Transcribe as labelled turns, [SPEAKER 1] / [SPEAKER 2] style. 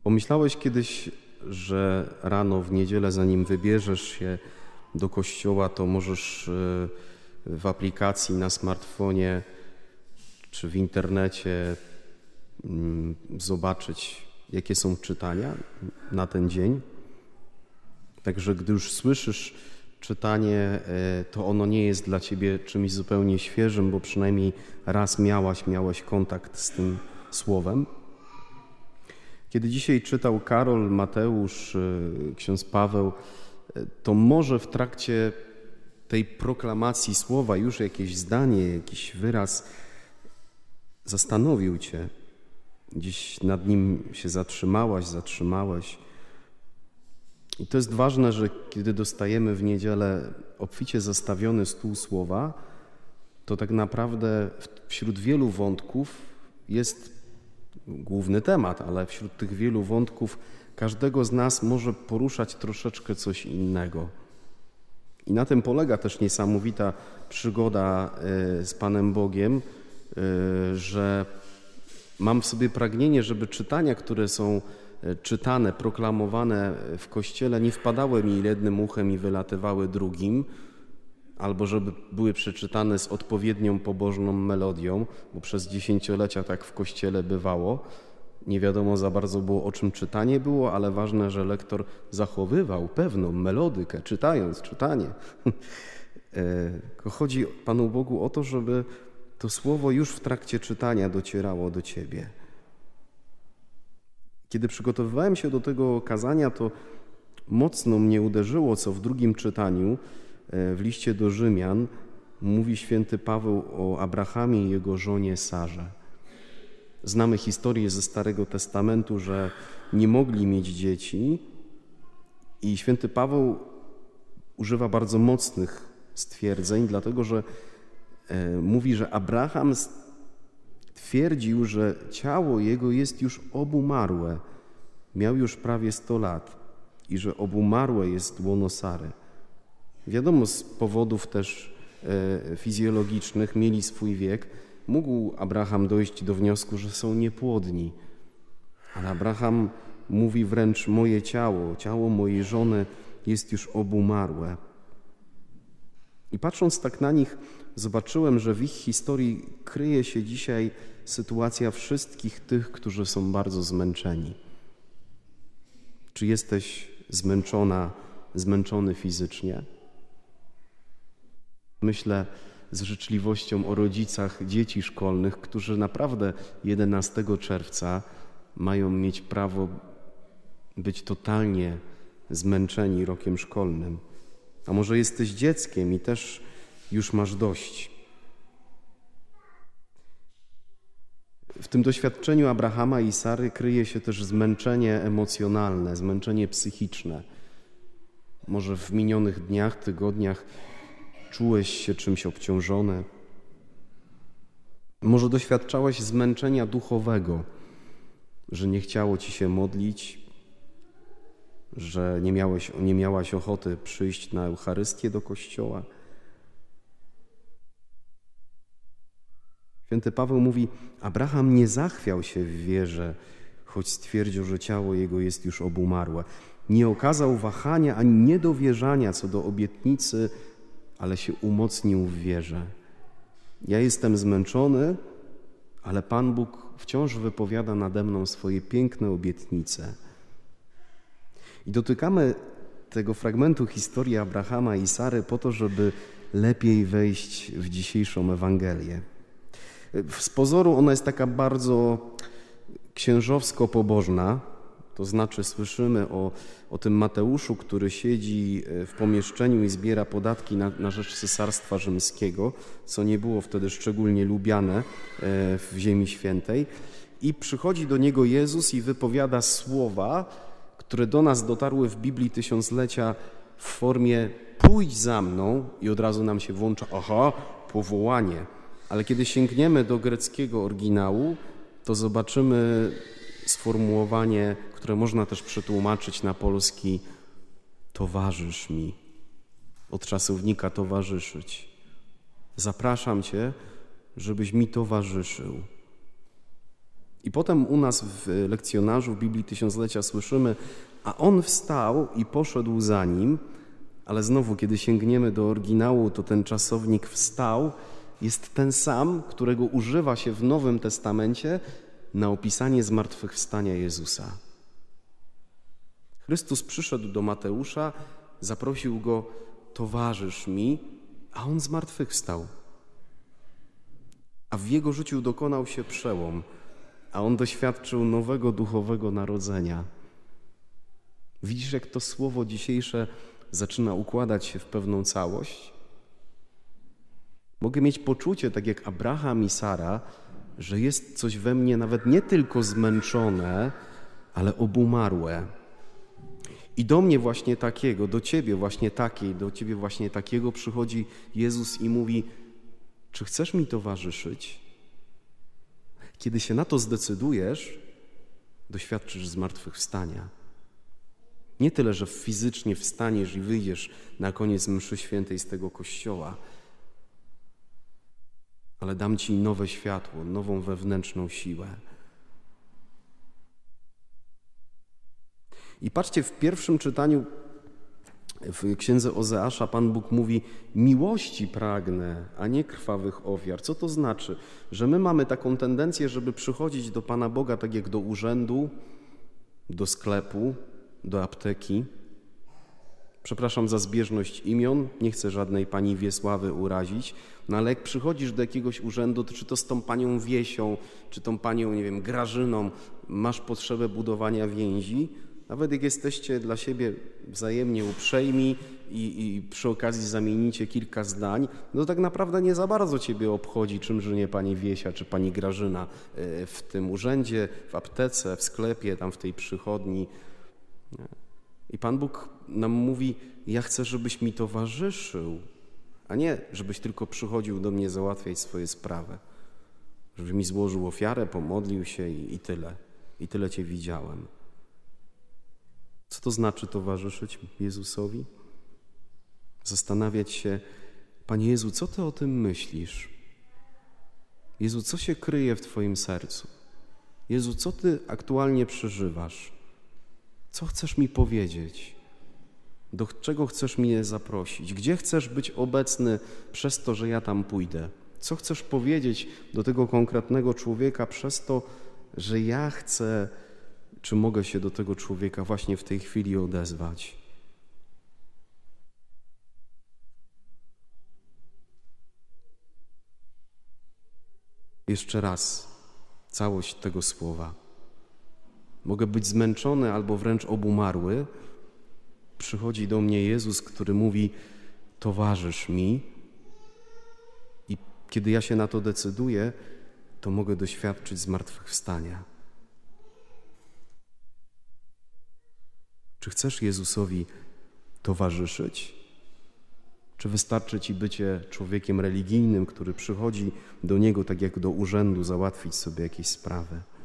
[SPEAKER 1] Pomyślałeś kiedyś, że rano w niedzielę, zanim wybierzesz się do kościoła, to możesz w aplikacji na smartfonie czy w internecie zobaczyć, jakie są czytania na ten dzień? Także gdy już słyszysz czytanie, to ono nie jest dla ciebie czymś zupełnie świeżym, bo przynajmniej raz miałeś kontakt z tym słowem. Kiedy dzisiaj czytał Karol, Mateusz, ksiądz Paweł, to może w trakcie tej proklamacji słowa już jakieś zdanie, jakiś wyraz zastanowił cię. Gdzieś nad nim się zatrzymałeś. I to jest ważne, że kiedy dostajemy w niedzielę obficie zastawiony stół słowa, to tak naprawdę wśród wielu wątków jest główny temat, ale wśród tych wielu wątków każdego z nas może poruszać troszeczkę coś innego. I na tym polega też niesamowita przygoda z Panem Bogiem, że mam w sobie pragnienie, żeby czytania, które są czytane, proklamowane w Kościele, nie wpadały mi jednym uchem i wylatywały drugim, albo żeby były przeczytane z odpowiednią pobożną melodią, bo przez dziesięciolecia tak w Kościele bywało. Nie wiadomo za bardzo było, o czym czytanie było, ale ważne, że lektor zachowywał pewną melodykę, czytając czytanie. Chodzi Panu Bogu o to, żeby to słowo już w trakcie czytania docierało do ciebie. Kiedy przygotowywałem się do tego kazania, to mocno mnie uderzyło, co w drugim czytaniu w liście do Rzymian mówi święty Paweł o Abrahamie i jego żonie Sarze. Znamy historię ze Starego Testamentu, że nie mogli mieć dzieci i święty Paweł używa bardzo mocnych stwierdzeń, dlatego że mówi, że Abraham twierdził, że ciało jego jest już obumarłe, miał już prawie 100 lat i że obumarłe jest łono Sary. Wiadomo, z powodów też fizjologicznych mieli swój wiek. Mógł Abraham dojść do wniosku, że są niepłodni, ale Abraham mówi wręcz: moje ciało mojej żony jest już obumarłe. I patrząc tak na nich, zobaczyłem, że w ich historii kryje się dzisiaj sytuacja wszystkich tych, którzy są bardzo zmęczeni. Czy jesteś zmęczony fizycznie? Myślę z życzliwością o rodzicach dzieci szkolnych, którzy naprawdę 11 czerwca mają mieć prawo być totalnie zmęczeni rokiem szkolnym. A może jesteś dzieckiem i też już masz dość. W tym doświadczeniu Abrahama i Sary kryje się też zmęczenie emocjonalne, zmęczenie psychiczne. Może w minionych dniach, tygodniach czułeś się czymś obciążony. Może doświadczałeś zmęczenia duchowego, że nie chciało ci się modlić, że nie miałaś ochoty przyjść na Eucharystię do kościoła. Święty Paweł mówi: Abraham nie zachwiał się w wierze, choć stwierdził, że ciało jego jest już obumarłe. Nie okazał wahania ani niedowierzania co do obietnicy, ale się umocnił w wierze. Ja jestem zmęczony, ale Pan Bóg wciąż wypowiada nade mną swoje piękne obietnice. I dotykamy tego fragmentu historii Abrahama i Sary po to, żeby lepiej wejść w dzisiejszą Ewangelię. Z pozoru ona jest taka bardzo księżowsko-pobożna, to znaczy słyszymy o tym Mateuszu, który siedzi w pomieszczeniu i zbiera podatki na rzecz Cesarstwa Rzymskiego, co nie było wtedy szczególnie lubiane w Ziemi Świętej. I przychodzi do niego Jezus i wypowiada słowa, które do nas dotarły w Biblii tysiąclecia w formie: pójdź za mną, i od razu nam się włącza powołanie. Ale kiedy sięgniemy do greckiego oryginału, to zobaczymy sformułowanie, które można też przetłumaczyć na polski: towarzysz mi. Od czasownika towarzyszyć. Zapraszam cię, żebyś mi towarzyszył. I potem u nas w lekcjonarzu w Biblii Tysiąclecia słyszymy, a on wstał i poszedł za nim, ale znowu, kiedy sięgniemy do oryginału, to ten czasownik wstał jest ten sam, którego używa się w Nowym Testamencie na opisanie zmartwychwstania Jezusa. Chrystus przyszedł do Mateusza, zaprosił go, towarzysz mi, a on zmartwychwstał. A w jego życiu dokonał się przełom, a on doświadczył nowego duchowego narodzenia. Widzisz, jak to słowo dzisiejsze zaczyna układać się w pewną całość? Mogę mieć poczucie, tak jak Abraham i Sara, że jest coś we mnie nawet nie tylko zmęczone, ale obumarłe. I do mnie właśnie takiego, do ciebie właśnie takiego przychodzi Jezus i mówi, czy chcesz mi towarzyszyć? Kiedy się na to zdecydujesz, doświadczysz zmartwychwstania. Nie tyle, że fizycznie wstaniesz i wyjdziesz na koniec mszy świętej z tego kościoła, ale dam ci nowe światło, nową wewnętrzną siłę. I patrzcie, w pierwszym czytaniu w księdze Ozeasza Pan Bóg mówi, miłości pragnę, a nie krwawych ofiar. Co to znaczy? Że my mamy taką tendencję, żeby przychodzić do Pana Boga tak jak do urzędu, do sklepu, do apteki. Przepraszam za zbieżność imion, nie chcę żadnej pani Wiesławy urazić, no ale jak przychodzisz do jakiegoś urzędu, to czy to z tą panią Wiesią, czy tą panią, nie wiem, Grażyną, masz potrzebę budowania więzi, nawet jak jesteście dla siebie wzajemnie uprzejmi i przy okazji zamienicie kilka zdań, no to tak naprawdę nie za bardzo ciebie obchodzi, czym żyje pani Wiesia czy pani Grażyna w tym urzędzie, w aptece, w sklepie, tam w tej przychodni. I Pan Bóg nam mówi, ja chcę, żebyś mi towarzyszył, a nie, żebyś tylko przychodził do mnie załatwiać swoje sprawy. Żebyś mi złożył ofiarę, pomodlił się i tyle. I tyle cię widziałem. Co to znaczy towarzyszyć Jezusowi? Zastanawiać się, Panie Jezu, co Ty o tym myślisz? Jezu, co się kryje w Twoim sercu? Jezu, co Ty aktualnie przeżywasz? Co chcesz mi powiedzieć? Do czego chcesz mnie zaprosić? Gdzie chcesz być obecny przez to, że ja tam pójdę? Co chcesz powiedzieć do tego konkretnego człowieka przez to, że ja chcę, czy mogę się do tego człowieka właśnie w tej chwili odezwać? Jeszcze raz całość tego słowa. Mogę być zmęczony albo wręcz obumarły. Przychodzi do mnie Jezus, który mówi, towarzysz mi. I kiedy ja się na to decyduję, to mogę doświadczyć zmartwychwstania. Czy chcesz Jezusowi towarzyszyć? Czy wystarczy ci bycie człowiekiem religijnym, który przychodzi do Niego tak jak do urzędu załatwić sobie jakieś sprawy?